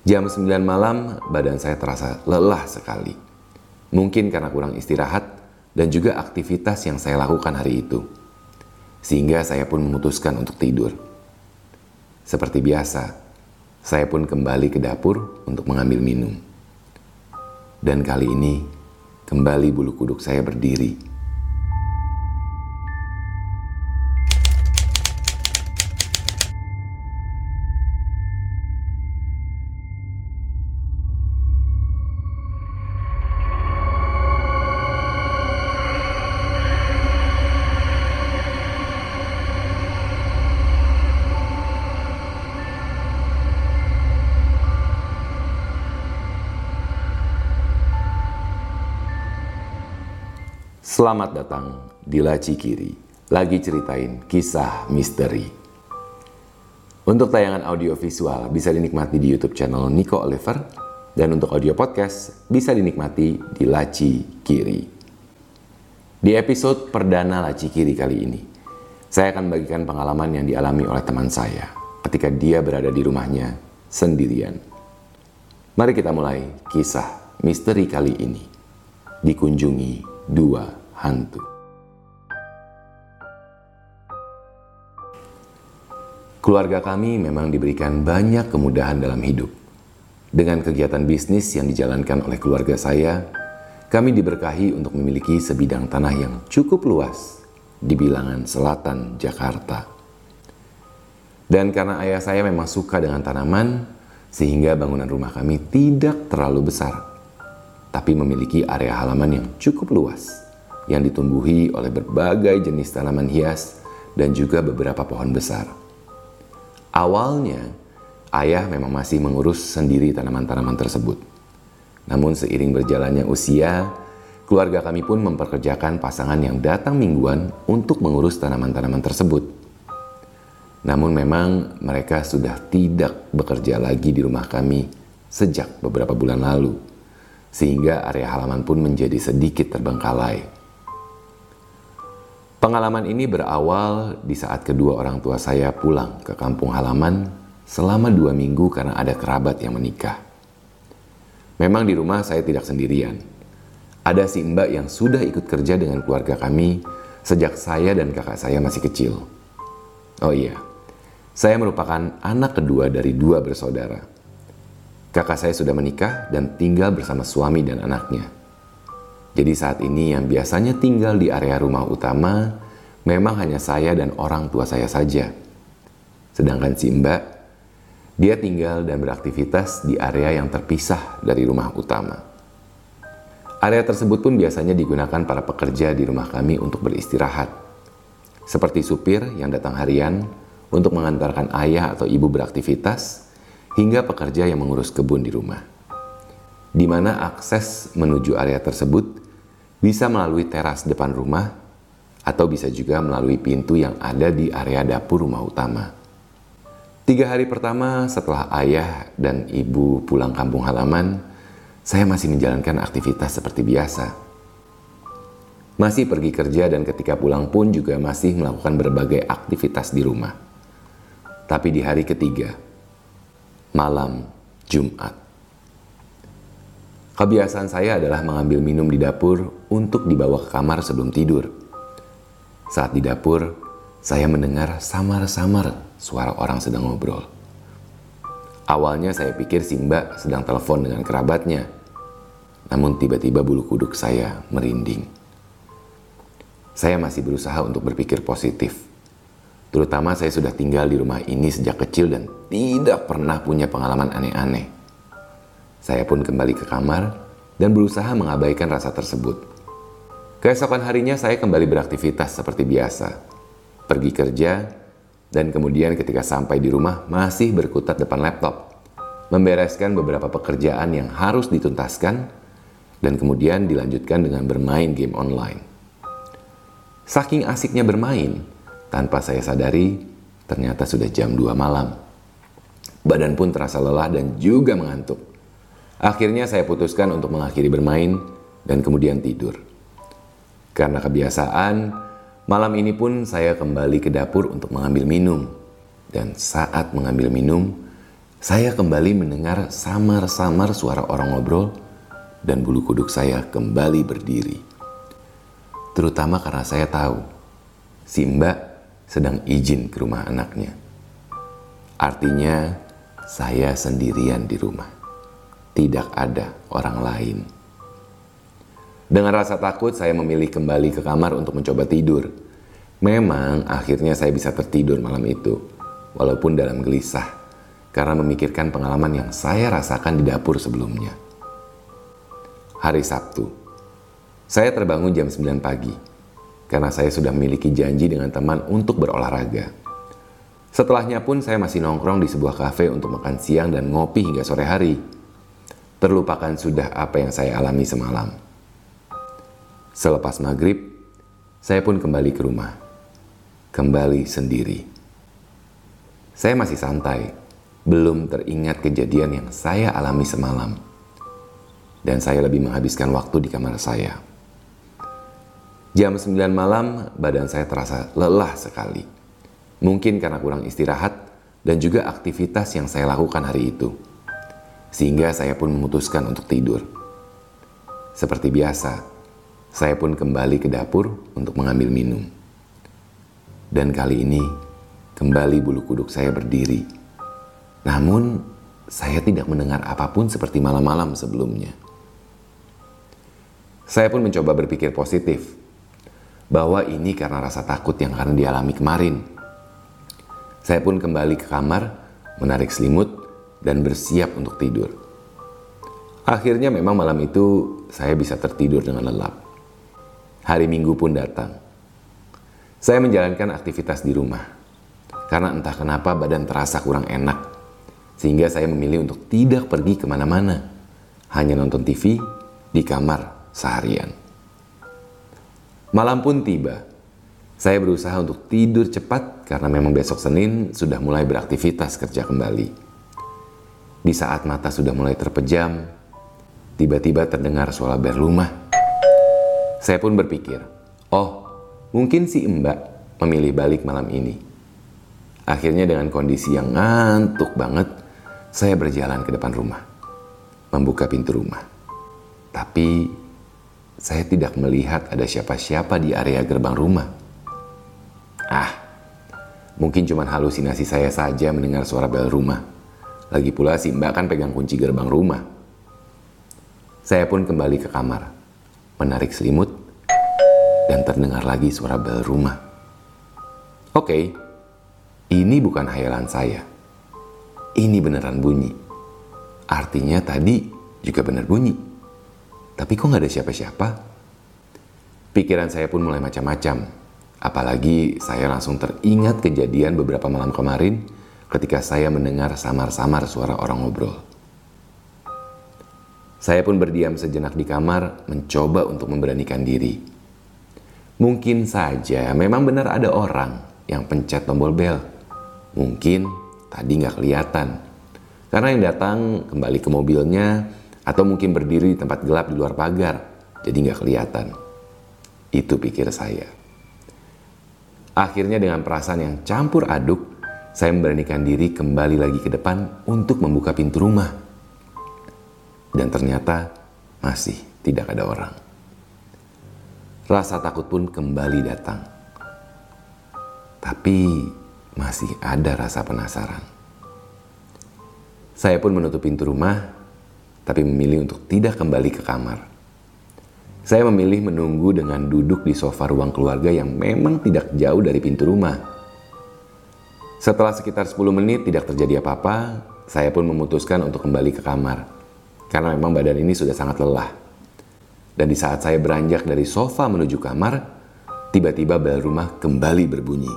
Jam 9 malam, badan saya terasa lelah sekali. Mungkin karena kurang istirahat dan juga aktivitas yang saya lakukan hari itu. Sehingga saya pun memutuskan untuk tidur. Seperti biasa, saya pun kembali ke dapur untuk mengambil minum. Dan kali ini, kembali bulu kuduk saya berdiri. Selamat datang di Laci Kiri, lagi ceritain kisah misteri. Untuk tayangan audio visual bisa dinikmati di YouTube channel Nico Oliver, dan untuk audio podcast bisa dinikmati di Laci Kiri. Di episode perdana Laci Kiri kali ini, saya akan bagikan pengalaman yang dialami oleh teman saya ketika dia berada di rumahnya sendirian. Mari kita mulai kisah misteri kali ini. Dikunjungi dua hantu. Keluarga kami memang diberikan banyak kemudahan dalam hidup. Dengan kegiatan bisnis yang dijalankan oleh keluarga saya, kami diberkahi untuk memiliki sebidang tanah yang cukup luas di bilangan selatan Jakarta. Dan karena ayah saya memang suka dengan tanaman, sehingga bangunan rumah kami tidak terlalu besar, tapi memiliki area halaman yang cukup luas, yang ditumbuhi oleh berbagai jenis tanaman hias dan juga beberapa pohon besar. Awalnya, ayah memang masih mengurus sendiri tanaman-tanaman tersebut. Namun seiring berjalannya usia, keluarga kami pun memperkerjakan pasangan yang datang mingguan untuk mengurus tanaman-tanaman tersebut. Namun memang mereka sudah tidak bekerja lagi di rumah kami sejak beberapa bulan lalu, sehingga area halaman pun menjadi sedikit terbengkalai. Pengalaman ini berawal di saat kedua orang tua saya pulang ke kampung halaman selama 2 minggu karena ada kerabat yang menikah. Memang di rumah saya tidak sendirian. Ada si mbak yang sudah ikut kerja dengan keluarga kami sejak saya dan kakak saya masih kecil. Oh iya, saya merupakan anak kedua dari 2 bersaudara. Kakak saya sudah menikah dan tinggal bersama suami dan anaknya. Jadi saat ini yang biasanya tinggal di area rumah utama memang hanya saya dan orang tua saya saja. Sedangkan si mbak, dia tinggal dan beraktivitas di area yang terpisah dari rumah utama. Area tersebut pun biasanya digunakan para pekerja di rumah kami untuk beristirahat. Seperti supir yang datang harian untuk mengantarkan ayah atau ibu beraktivitas, hingga pekerja yang mengurus kebun di rumah. Di mana akses menuju area tersebut bisa melalui teras depan rumah atau bisa juga melalui pintu yang ada di area dapur rumah utama. 3 hari pertama setelah ayah dan ibu pulang kampung halaman, saya masih menjalankan aktivitas seperti biasa. Masih pergi kerja dan ketika pulang pun juga masih melakukan berbagai aktivitas di rumah. Tapi di hari ketiga, malam Jumat, kebiasaan saya adalah mengambil minum di dapur untuk dibawa ke kamar sebelum tidur. Saat di dapur, saya mendengar samar-samar suara orang sedang ngobrol. Awalnya saya pikir si mbak sedang telepon dengan kerabatnya. Namun tiba-tiba bulu kuduk saya merinding. Saya masih berusaha untuk berpikir positif. Terutama saya sudah tinggal di rumah ini sejak kecil dan tidak pernah punya pengalaman aneh-aneh. Saya pun kembali ke kamar dan berusaha mengabaikan rasa tersebut. Keesokan harinya saya kembali beraktivitas seperti biasa. Pergi kerja dan kemudian ketika sampai di rumah masih berkutat depan laptop. Membereskan beberapa pekerjaan yang harus dituntaskan dan kemudian dilanjutkan dengan bermain game online. Saking asiknya bermain, tanpa saya sadari ternyata sudah jam 2 malam. Badan pun terasa lelah dan juga mengantuk. Akhirnya saya putuskan untuk mengakhiri bermain dan kemudian tidur. Karena kebiasaan, malam ini pun saya kembali ke dapur untuk mengambil minum. Dan saat mengambil minum, Saya kembali mendengar samar-samar suara orang ngobrol dan bulu kuduk saya kembali berdiri. Terutama karena saya tahu si Mbak sedang izin ke rumah anaknya. Artinya saya sendirian di rumah. Tidak ada orang lain. Dengan rasa takut saya memilih kembali ke kamar untuk mencoba tidur. Memang akhirnya saya bisa tertidur malam itu, walaupun dalam gelisah. Karena memikirkan pengalaman yang saya rasakan di dapur sebelumnya. Hari Sabtu, saya terbangun jam 9 pagi karena saya sudah memiliki janji dengan teman untuk berolahraga. Setelahnya pun saya masih nongkrong di sebuah kafe untuk makan siang dan ngopi hingga sore hari. Terlupakan sudah apa yang saya alami semalam. Selepas maghrib, saya pun kembali ke rumah. Kembali sendiri. Saya masih santai. Belum teringat kejadian yang saya alami semalam. Dan saya lebih menghabiskan waktu di kamar saya. Jam 9 malam, badan saya terasa lelah sekali. Mungkin karena kurang istirahat dan juga aktivitas yang saya lakukan hari itu. Sehingga saya pun memutuskan untuk tidur. Seperti biasa, saya pun kembali ke dapur untuk mengambil minum. Dan kali ini, kembali bulu kuduk saya berdiri. Namun, saya tidak mendengar apapun seperti malam-malam sebelumnya. Saya pun mencoba berpikir positif, bahwa ini karena rasa takut yang akan dialami kemarin. Saya pun kembali ke kamar, menarik selimut, dan bersiap untuk tidur. Akhirnya memang malam itu saya bisa tertidur dengan lelap. Hari Minggu pun datang. Saya menjalankan aktivitas di rumah, karena entah kenapa badan terasa kurang enak. Sehingga saya memilih untuk tidak pergi kemana-mana. Hanya nonton TV di kamar seharian. Malam pun tiba. Saya berusaha untuk tidur cepat karena memang besok Senin sudah mulai beraktivitas kerja kembali. Di saat mata sudah mulai terpejam, tiba-tiba terdengar suara bel rumah. Saya pun berpikir, oh mungkin si Mbak memilih balik malam ini. Akhirnya dengan kondisi yang ngantuk banget, saya berjalan ke depan rumah, membuka pintu rumah. Tapi, saya tidak melihat ada siapa-siapa di area gerbang rumah. Mungkin cuma halusinasi saya saja mendengar suara bel rumah. Lagi pula si Mbak kan pegang kunci gerbang rumah. Saya pun kembali ke kamar, menarik selimut, dan terdengar lagi suara bel rumah. Oke, ini bukan hayalan saya. Ini beneran bunyi. Artinya tadi juga benar bunyi. Tapi kok gak ada siapa-siapa? Pikiran saya pun mulai macam-macam. Apalagi saya langsung teringat kejadian beberapa malam kemarin ketika saya mendengar samar-samar suara orang ngobrol. Saya pun berdiam sejenak di kamar, mencoba untuk memberanikan diri. Mungkin saja memang benar ada orang yang pencet tombol bel. Mungkin tadi nggak kelihatan, karena yang datang kembali ke mobilnya atau mungkin berdiri di tempat gelap di luar pagar, jadi nggak kelihatan. Itu pikir saya. Akhirnya dengan perasaan yang campur aduk, saya memberanikan diri kembali lagi ke depan untuk membuka pintu rumah. Dan ternyata masih tidak ada orang. Rasa takut pun kembali datang. Tapi masih ada rasa penasaran. Saya pun menutup pintu rumah, tapi memilih untuk tidak kembali ke kamar. Saya memilih menunggu dengan duduk di sofa ruang keluarga yang memang tidak jauh dari pintu rumah. Setelah sekitar 10 menit tidak terjadi apa-apa, saya pun memutuskan untuk kembali ke kamar. Karena memang badan ini sudah sangat lelah. Dan di saat saya beranjak dari sofa menuju kamar, tiba-tiba bel rumah kembali berbunyi.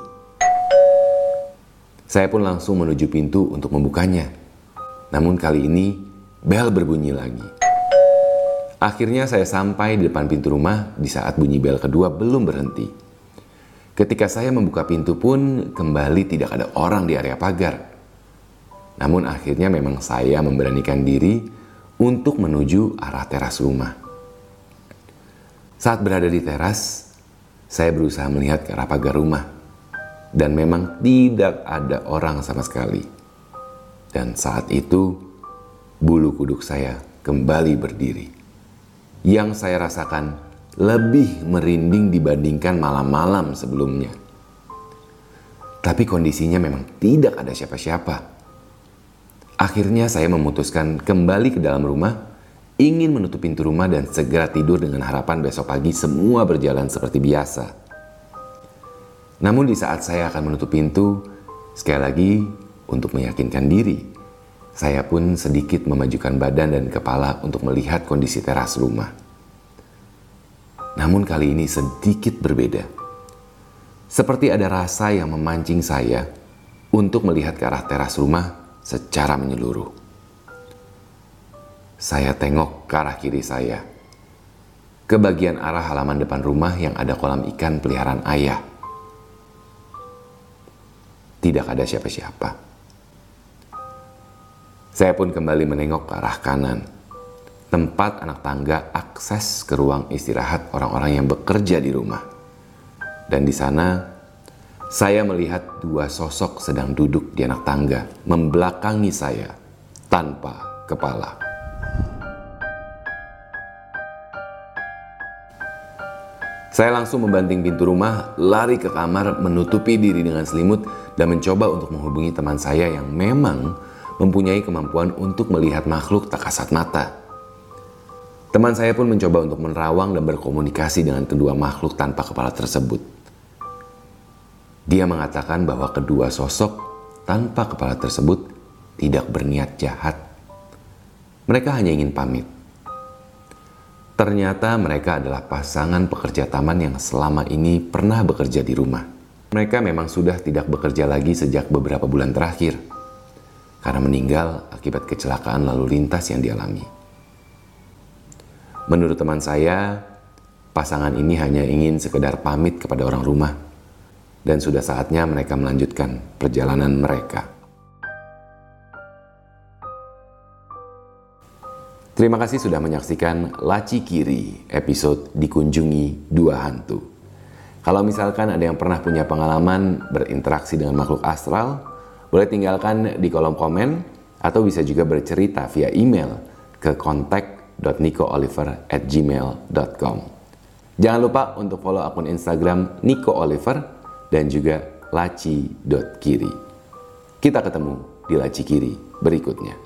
Saya pun langsung menuju pintu untuk membukanya. Namun kali ini, bel berbunyi lagi. Akhirnya saya sampai di depan pintu rumah di saat bunyi bel kedua belum berhenti. Ketika saya membuka pintu pun kembali tidak ada orang di area pagar. Namun akhirnya memang saya memberanikan diri untuk menuju arah teras rumah. Saat berada di teras, saya berusaha melihat ke arah pagar rumah. Dan memang tidak ada orang sama sekali. Dan saat itu, bulu kuduk saya kembali berdiri. Yang saya rasakan lebih merinding dibandingkan malam-malam sebelumnya. Tapi kondisinya memang tidak ada siapa-siapa. Akhirnya saya memutuskan kembali ke dalam rumah, ingin menutup pintu rumah dan segera tidur dengan harapan besok pagi semua berjalan seperti biasa. Namun di saat saya akan menutup pintu, sekali lagi untuk meyakinkan diri, saya pun sedikit memajukan badan dan kepala untuk melihat kondisi teras rumah. Namun kali ini sedikit berbeda. Seperti ada rasa yang memancing saya untuk melihat ke arah teras rumah secara menyeluruh. Saya tengok ke arah kiri saya, ke bagian arah halaman depan rumah yang ada kolam ikan peliharaan ayah. Tidak ada siapa-siapa. Saya pun kembali menengok ke arah kanan, tempat anak tangga akses ke ruang istirahat orang-orang yang bekerja di rumah. Dan di sana, saya melihat dua sosok sedang duduk di anak tangga, membelakangi saya tanpa kepala. Saya langsung membanting pintu rumah, lari ke kamar, menutupi diri dengan selimut, dan mencoba untuk menghubungi teman saya yang memang mempunyai kemampuan untuk melihat makhluk tak kasat mata. Teman saya pun mencoba untuk menerawang dan berkomunikasi dengan kedua makhluk tanpa kepala tersebut. Dia mengatakan bahwa kedua sosok tanpa kepala tersebut tidak berniat jahat. Mereka hanya ingin pamit. Ternyata mereka adalah pasangan pekerja taman yang selama ini pernah bekerja di rumah. Mereka memang sudah tidak bekerja lagi sejak beberapa bulan terakhir, karena meninggal akibat kecelakaan lalu lintas yang dialami. Menurut teman saya, pasangan ini hanya ingin sekedar pamit kepada orang rumah, dan sudah saatnya mereka melanjutkan perjalanan mereka. Terima kasih sudah menyaksikan Laci Kiri, episode Dikunjungi Dua Hantu. Kalau misalkan ada yang pernah punya pengalaman berinteraksi dengan makhluk astral, boleh tinggalkan di kolom komen atau bisa juga bercerita via email ke contact.nicooliver@gmail.com. Jangan lupa untuk follow akun Instagram Nico Oliver dan juga laci.kiri. Kita ketemu di Laci Kiri berikutnya.